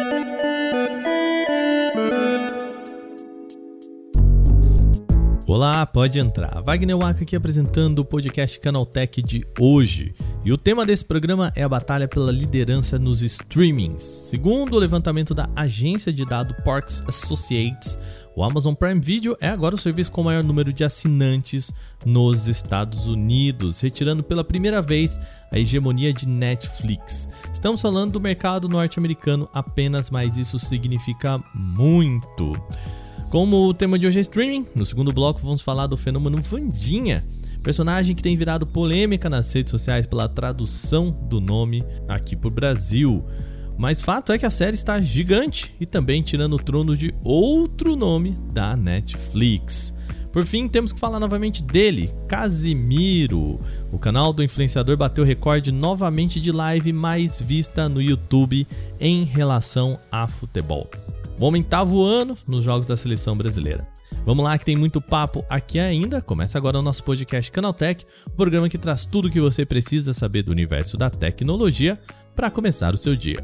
Olá, pode entrar. Wagner Waka aqui apresentando o podcast Canaltech de hoje. E o tema desse programa é a batalha pela liderança nos streamings. Segundo o levantamento da agência de dados Parks Associates, o Amazon Prime Video é agora o serviço com o maior número de assinantes nos Estados Unidos, retirando pela primeira vez a hegemonia de Netflix. Estamos falando do mercado norte-americano apenas, mas isso significa muito. Como o tema de hoje é streaming, no segundo bloco vamos falar do fenômeno Wandinha, personagem que tem virado polêmica nas redes sociais pela tradução do nome aqui pro Brasil. Mas fato é que a série está gigante e também tirando o trono de outro nome da Netflix. Por fim, temos que falar novamente dele, Casimiro. O canal do influenciador bateu recorde novamente de live mais vista no YouTube em relação a futebol. O homem tá voando nos jogos da seleção brasileira. Vamos lá que tem muito papo aqui ainda. Começa agora o nosso podcast Canaltech, o programa que traz tudo o que você precisa saber do universo da tecnologia para começar o seu dia.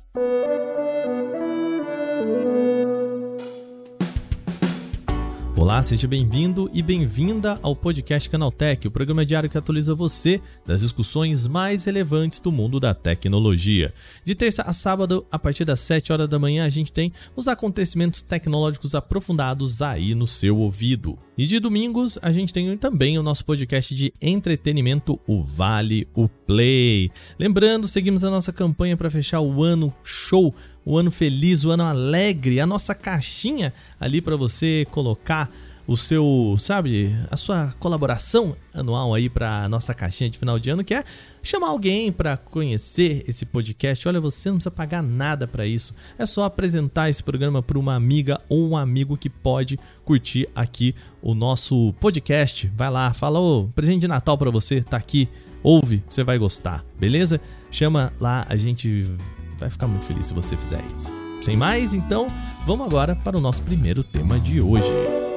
Olá, seja bem-vindo e bem-vinda ao podcast Canaltech, o programa diário que atualiza você das discussões mais relevantes do mundo da tecnologia. De terça a sábado, a partir das 7 horas da manhã, a gente tem os acontecimentos tecnológicos aprofundados aí no seu ouvido. E de domingos, a gente tem também o nosso podcast de entretenimento, o Vale o Play. Lembrando, seguimos a nossa campanha para fechar o ano show, o ano feliz, o ano alegre, a nossa caixinha ali para você colocar o seu, a sua colaboração anual aí para nossa caixinha de final de ano, que é chamar alguém para conhecer esse podcast. Olha, você não precisa pagar nada para isso, é só apresentar esse programa para uma amiga ou um amigo que pode curtir aqui o nosso podcast. Vai lá, fala, presente de Natal para você, tá aqui, ouve, você vai gostar, beleza? Chama lá, a gente vai ficar muito feliz se você fizer isso. Sem mais, então, vamos agora para o nosso primeiro tema de hoje.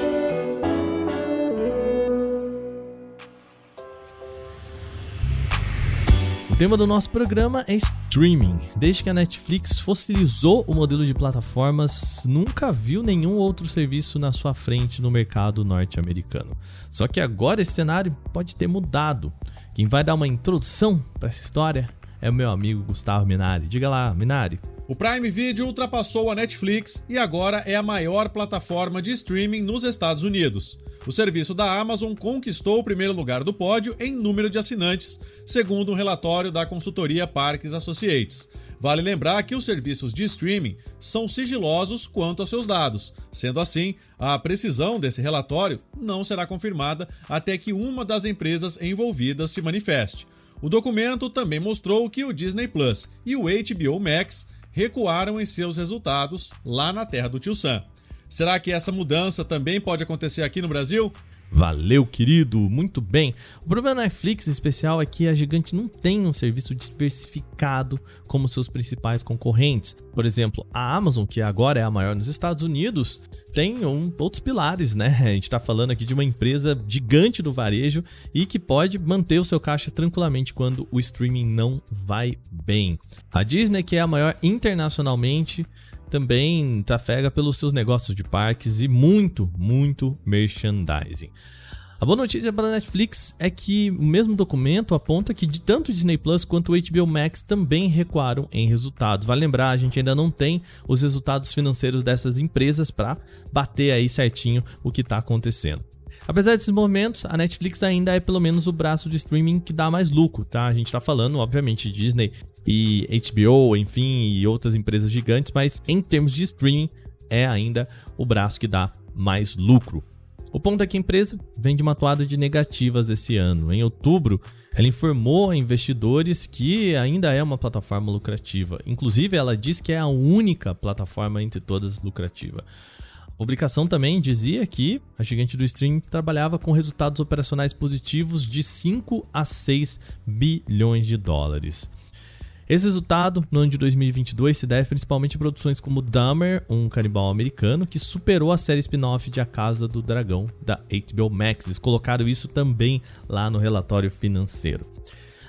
O tema do nosso programa é streaming. Desde que a Netflix fossilizou o modelo de plataformas, nunca viu nenhum outro serviço na sua frente no mercado norte-americano. Só que agora esse cenário pode ter mudado. Quem vai dar uma introdução para essa história é o meu amigo Gustavo Minari. Diga lá, Minari. O Prime Video ultrapassou a Netflix e agora é a maior plataforma de streaming nos Estados Unidos. O serviço da Amazon conquistou o primeiro lugar do pódio em número de assinantes, segundo um relatório da consultoria Parks Associates. Vale lembrar que os serviços de streaming são sigilosos quanto aos seus dados. Sendo assim, a precisão desse relatório não será confirmada até que uma das empresas envolvidas se manifeste. O documento também mostrou que o Disney Plus e o HBO Max recuaram em seus resultados lá na terra do Tio Sam. Será que essa mudança também pode acontecer aqui no Brasil? Valeu, querido, muito bem. O problema da Netflix em especial é que a gigante não tem um serviço diversificado como seus principais concorrentes. Por exemplo, a Amazon, que agora é a maior nos Estados Unidos, tem outros pilares, né? A gente tá falando aqui de uma empresa gigante do varejo e que pode manter o seu caixa tranquilamente quando o streaming não vai bem. A Disney, que é a maior internacionalmente, também trafega pelos seus negócios de parques e muito merchandising. A boa notícia para a Netflix é que o mesmo documento aponta que tanto o Disney Plus quanto o HBO Max também recuaram em resultados. Vale lembrar, a gente ainda não tem os resultados financeiros dessas empresas para bater aí certinho o que está acontecendo. Apesar desses movimentos, a Netflix ainda é pelo menos o braço de streaming que dá mais lucro, tá? A gente está falando, obviamente, de Disney e HBO, enfim, e outras empresas gigantes, mas em termos de streaming é ainda o braço que dá mais lucro. O ponto é que a empresa vem de uma toada de negativas esse ano. Em outubro, ela informou a investidores que ainda é uma plataforma lucrativa. Inclusive, ela diz que é a única plataforma entre todas lucrativa. A publicação também dizia que a gigante do streaming trabalhava com resultados operacionais positivos de 5 a 6 bilhões de dólares. Esse resultado, no ano de 2022, se deve principalmente a produções como Dahmer, um canibal americano, que superou a série spin-off de A Casa do Dragão, da HBO Max. Eles colocaram isso também lá no relatório financeiro.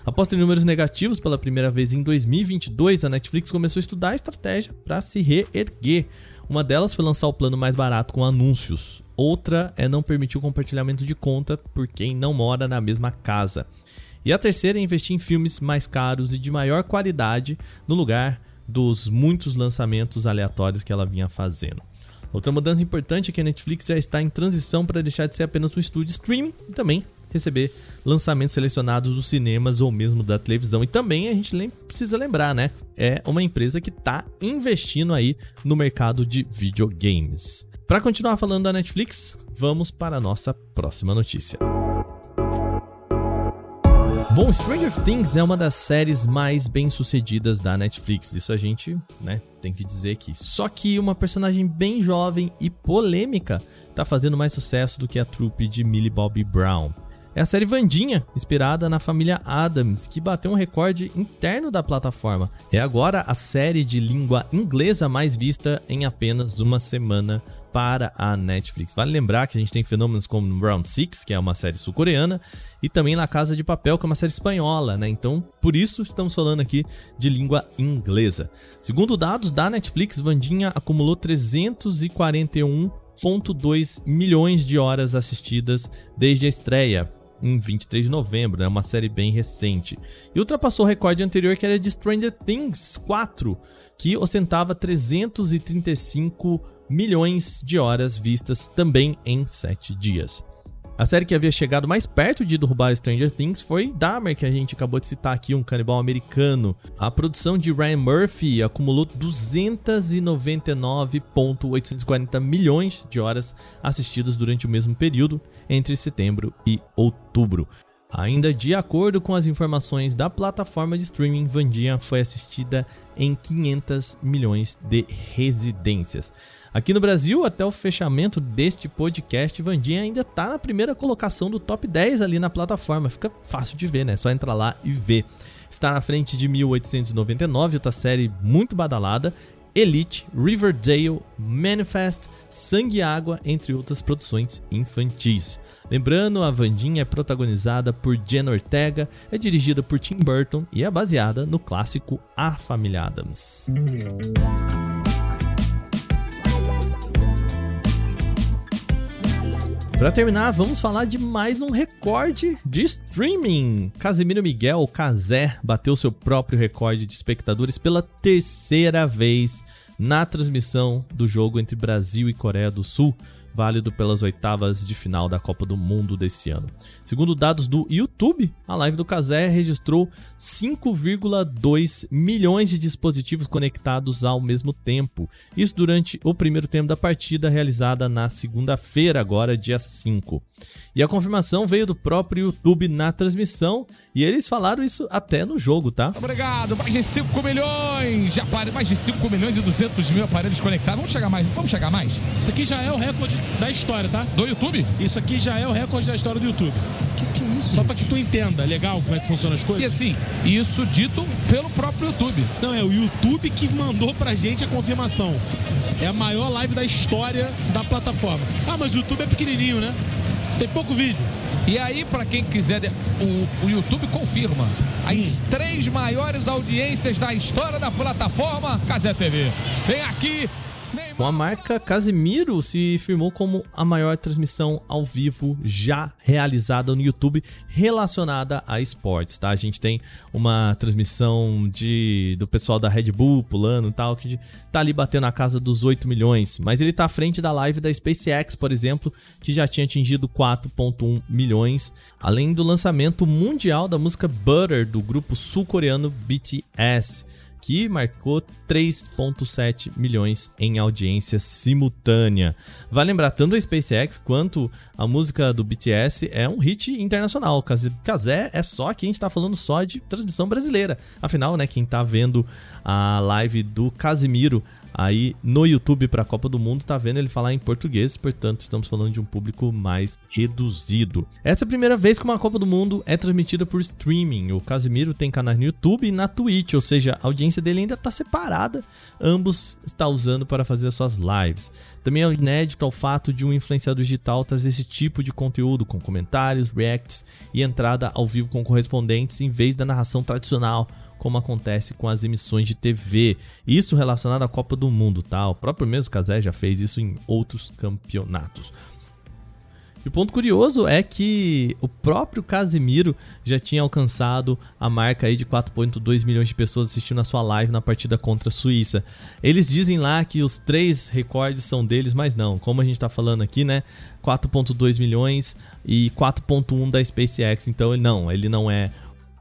Após ter números negativos pela primeira vez em 2022, a Netflix começou a estudar a estratégia para se reerguer. Uma delas foi lançar o plano mais barato com anúncios. Outra é não permitir o compartilhamento de conta por quem não mora na mesma casa. E a terceira é investir em filmes mais caros e de maior qualidade no lugar dos muitos lançamentos aleatórios que ela vinha fazendo. Outra mudança importante é que a Netflix já está em transição para deixar de ser apenas um estúdio streaming e também receber lançamentos selecionados dos cinemas ou mesmo da televisão. E também a gente precisa lembrar, né? É uma empresa que está investindo aí no mercado de videogames. Para continuar falando da Netflix, vamos para a nossa próxima notícia. Bom, Stranger Things é uma das séries mais bem-sucedidas da Netflix, isso a gente, tem que dizer aqui. Só que uma personagem bem jovem e polêmica tá fazendo mais sucesso do que a trupe de Millie Bobby Brown. É a série Wandinha, inspirada na família Addams, que bateu um recorde interno da plataforma. É agora a série de língua inglesa mais vista em apenas uma semana para a Netflix. Vale lembrar que a gente tem fenômenos como Round 6, que é uma série sul-coreana, e também La Casa de Papel, que é uma série espanhola, né? Então, por isso estamos falando aqui de língua inglesa. Segundo dados da Netflix, Wandinha acumulou 341,2 milhões de horas assistidas desde a estreia, em 23 de novembro, é uma série bem recente. E ultrapassou o recorde anterior, que era de Stranger Things 4, que ostentava 335 milhões de horas vistas também em 7 dias. A série que havia chegado mais perto de derrubar Stranger Things foi Dahmer, que a gente acabou de citar aqui, um canibal americano. A produção de Ryan Murphy acumulou 299,840 milhões de horas assistidas durante o mesmo período, entre setembro e outubro. Ainda de acordo com as informações da plataforma de streaming, Wandinha foi assistida em 500 milhões de residências. Aqui no Brasil, até o fechamento deste podcast, Wandinha ainda está na primeira colocação do top 10 ali na plataforma. Fica fácil de ver, né? É só entrar lá e ver. Está na frente de 1899, outra série muito badalada, Elite, Riverdale, Manifest, Sangue e Água, entre outras produções infantis. Lembrando, a Wandinha é protagonizada por Jenna Ortega, é dirigida por Tim Burton e é baseada no clássico A Família Addams. Para terminar, vamos falar de mais um recorde de streaming. Casimiro Miguel, Cazé, bateu seu próprio recorde de espectadores pela terceira vez na transmissão do jogo entre Brasil e Coreia do Sul, válido pelas oitavas de final da Copa do Mundo desse ano. Segundo dados do YouTube, a live do Cazé registrou 5,2 milhões de dispositivos conectados ao mesmo tempo. Isso durante o primeiro tempo da partida, realizada na segunda-feira, agora dia 5. E a confirmação veio do próprio YouTube na transmissão, e eles falaram isso até no jogo, tá? Obrigado, mais de 5 milhões, mais de 5 milhões e 200 mil aparelhos conectados. Vamos chegar mais? Isso aqui já é o recorde da história, tá? Do YouTube? Isso aqui já é o recorde da história do YouTube. Que é isso? Só pra que tu entenda, legal, como é que funcionam as coisas. E assim, isso dito pelo próprio YouTube. Não, é o YouTube que mandou pra gente a confirmação. É a maior live da história da plataforma. Ah, mas o YouTube é pequenininho, né? Tem pouco vídeo. E aí, pra quem quiser, o YouTube confirma as 3 maiores audiências da história da plataforma Cazé TV. Vem aqui. Com a marca, Casimiro se firmou como a maior transmissão ao vivo já realizada no YouTube relacionada a esportes, tá? A gente tem uma transmissão do pessoal da Red Bull pulando e tal, que tá ali batendo a casa dos 8 milhões, mas ele tá à frente da live da SpaceX, por exemplo, que já tinha atingido 4,1 milhões, além do lançamento mundial da música Butter do grupo sul-coreano BTS, que marcou 3,7 milhões em audiência simultânea. Vale lembrar, tanto a SpaceX quanto a música do BTS é um hit internacional. Cazé é só que a gente tá falando só de transmissão brasileira. Afinal, né, quem tá vendo a live do Casemiro aí no YouTube para a Copa do Mundo, tá vendo ele falar em português, portanto estamos falando de um público mais reduzido. Essa é a primeira vez que uma Copa do Mundo é transmitida por streaming. O Casemiro tem canais no YouTube e na Twitch, ou seja, a audiência dele ainda está separada, ambos está usando para fazer as suas lives. Também é inédito ao fato de um influenciador digital trazer esse tipo de conteúdo com comentários, reacts e entrada ao vivo com correspondentes em vez da narração tradicional, como acontece com as emissões de TV. Isso relacionado à Copa do Mundo, tá? O próprio mesmo Casé já fez isso em outros campeonatos. E o ponto curioso é que o próprio Casemiro já tinha alcançado a marca aí de 4,2 milhões de pessoas assistindo a sua live na partida contra a Suíça. Eles dizem lá que os 3 recordes são deles, mas não. Como a gente tá falando aqui, né? 4,2 milhões e 4,1 da SpaceX. Então ele não é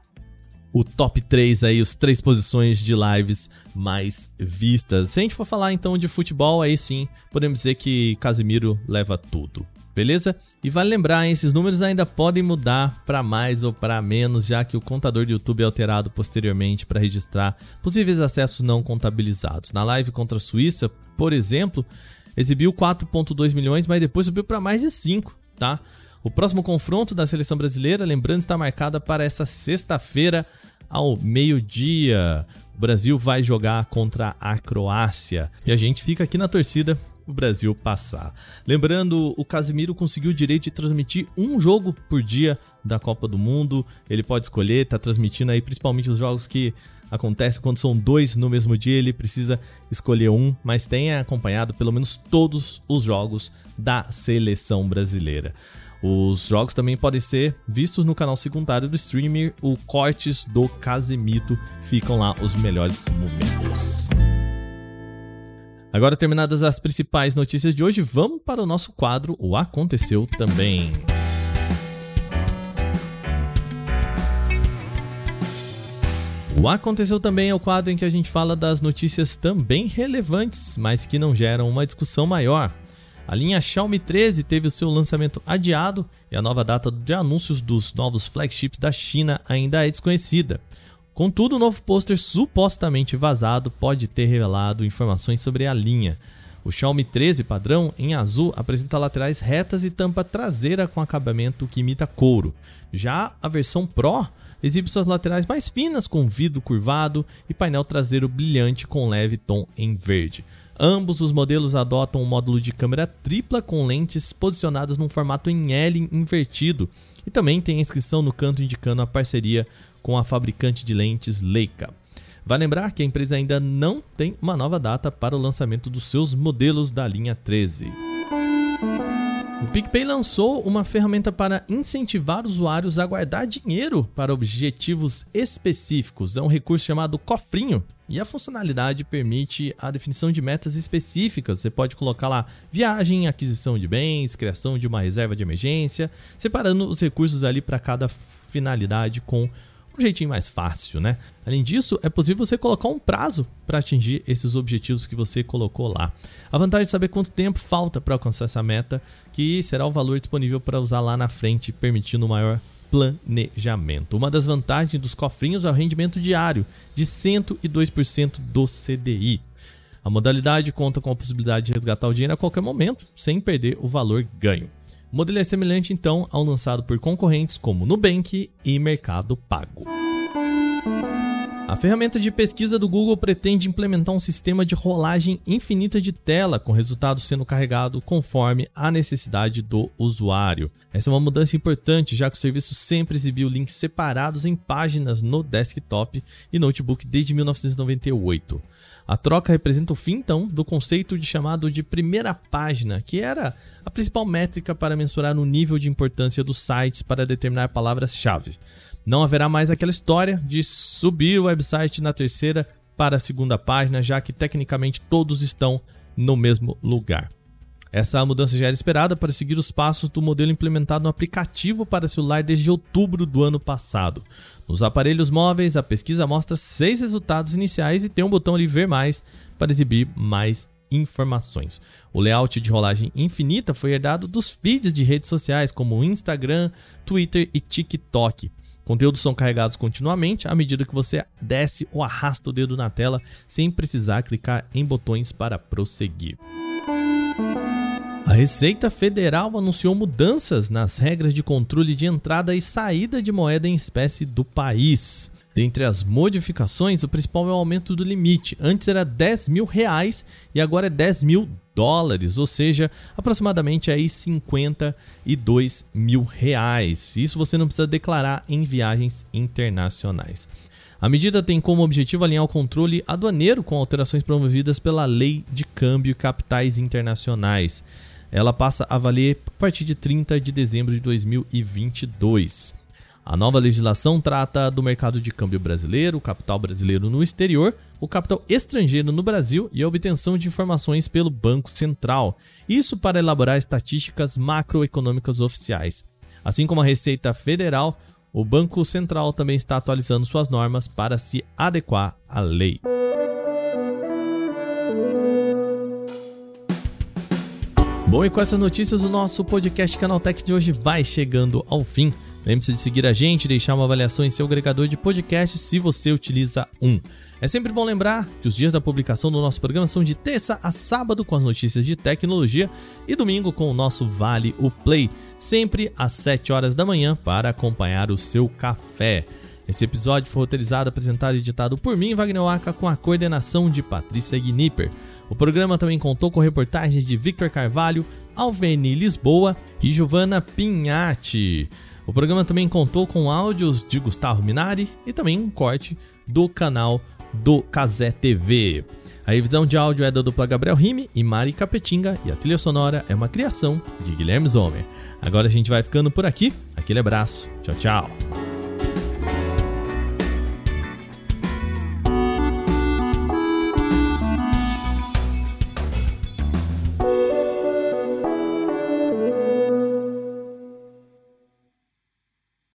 o top 3 aí, os 3 posições de lives mais vistas. Se a gente for falar então de futebol, aí sim, podemos dizer que Casemiro leva tudo, beleza? E vale lembrar, hein, esses números ainda podem mudar para mais ou para menos, já que o contador do YouTube é alterado posteriormente para registrar possíveis acessos não contabilizados. Na live contra a Suíça, por exemplo, exibiu 4,2 milhões, mas depois subiu para mais de 5, tá? O próximo confronto da seleção brasileira, lembrando, está marcada para essa sexta-feira ao meio-dia. O Brasil vai jogar contra a Croácia e a gente fica aqui na torcida o Brasil passar. Lembrando, o Casemiro conseguiu o direito de transmitir um jogo por dia da Copa do Mundo. Ele pode escolher, tá transmitindo aí principalmente os jogos que acontecem quando são 2 no mesmo dia. Ele precisa escolher um, mas tenha acompanhado pelo menos todos os jogos da seleção brasileira. Os jogos também podem ser vistos no canal secundário do streamer, o Cortes do Casemiro. Ficam lá os melhores momentos. Agora, terminadas as principais notícias de hoje, vamos para o nosso quadro O Aconteceu Também. O Aconteceu Também é o quadro em que a gente fala das notícias também relevantes, mas que não geram uma discussão maior. A linha Xiaomi 13 teve o seu lançamento adiado e a nova data de anúncios dos novos flagships da China ainda é desconhecida. Contudo, o novo pôster supostamente vazado pode ter revelado informações sobre a linha. O Xiaomi 13 padrão em azul apresenta laterais retas e tampa traseira com acabamento que imita couro. Já a versão Pro exibe suas laterais mais finas com vidro curvado e painel traseiro brilhante com leve tom em verde. Ambos os modelos adotam um módulo de câmera tripla com lentes posicionadas num formato em L invertido e também tem a inscrição no canto indicando a parceria com a fabricante de lentes Leica. Vale lembrar que a empresa ainda não tem uma nova data para o lançamento dos seus modelos da linha 13. O PicPay lançou uma ferramenta para incentivar usuários a guardar dinheiro para objetivos específicos. É um recurso chamado Cofrinho e a funcionalidade permite a definição de metas específicas. Você pode colocar lá viagem, aquisição de bens, criação de uma reserva de emergência, separando os recursos ali para cada finalidade com um jeitinho mais fácil, né? Além disso, é possível você colocar um prazo para atingir esses objetivos que você colocou lá. A vantagem é saber quanto tempo falta para alcançar essa meta, que será o valor disponível para usar lá na frente, permitindo um maior planejamento. Uma das vantagens dos cofrinhos é o rendimento diário de 102% do CDI. A modalidade conta com a possibilidade de resgatar o dinheiro a qualquer momento, sem perder o valor ganho. O modelo é semelhante, então, ao lançado por concorrentes como Nubank e Mercado Pago. A ferramenta de pesquisa do Google pretende implementar um sistema de rolagem infinita de tela, com resultados sendo carregado conforme a necessidade do usuário. Essa é uma mudança importante, já que o serviço sempre exibiu links separados em páginas no desktop e notebook desde 1998. A troca representa o fim, então, do conceito chamado de primeira página, que era a principal métrica para mensurar o nível de importância dos sites para determinar palavras-chave. Não haverá mais aquela história de subir o website na terceira para a segunda página, já que tecnicamente todos estão no mesmo lugar. Essa mudança já era esperada para seguir os passos do modelo implementado no aplicativo para celular desde outubro do ano passado. Nos aparelhos móveis, a pesquisa mostra 6 resultados iniciais e tem um botão ali Ver Mais para exibir mais informações. O layout de rolagem infinita foi herdado dos feeds de redes sociais como Instagram, Twitter e TikTok. Conteúdos são carregados continuamente à medida que você desce ou arrasta o dedo na tela sem precisar clicar em botões para prosseguir. A Receita Federal anunciou mudanças nas regras de controle de entrada e saída de moeda em espécie do país. Dentre as modificações, o principal é o aumento do limite. Antes era R$10 mil e agora é $10 mil, ou seja, aproximadamente aí R$52 mil. Isso você não precisa declarar em viagens internacionais. A medida tem como objetivo alinhar o controle aduaneiro com alterações promovidas pela Lei de Câmbio e Capitais Internacionais. Ela passa a valer a partir de 30 de dezembro de 2022. A nova legislação trata do mercado de câmbio brasileiro, o capital brasileiro no exterior, o capital estrangeiro no Brasil e a obtenção de informações pelo Banco Central. Isso para elaborar estatísticas macroeconômicas oficiais. Assim como a Receita Federal, o Banco Central também está atualizando suas normas para se adequar à lei. Bom, e com essas notícias, o nosso podcast Canaltech de hoje vai chegando ao fim. Lembre-se de seguir a gente e deixar uma avaliação em seu agregador de podcast se você utiliza um. É sempre bom lembrar que os dias da publicação do nosso programa são de terça a sábado com as notícias de tecnologia e domingo com o nosso Vale o Play, sempre às 7 horas da manhã para acompanhar o seu café. Esse episódio foi roteirizado, apresentado e editado por mim, Wagner Waka, com a coordenação de Patrícia Gnipper. O programa também contou com reportagens de Victor Carvalho, Alveni Lisboa e Giovanna Pinhatti. O programa também contou com áudios de Gustavo Minari e também um corte do canal do Cazé TV. A revisão de áudio é da dupla Gabriel Rime e Mari Capetinga e a trilha sonora é uma criação de Guilherme Zomer. Agora a gente vai ficando por aqui. Aquele abraço. Tchau, tchau.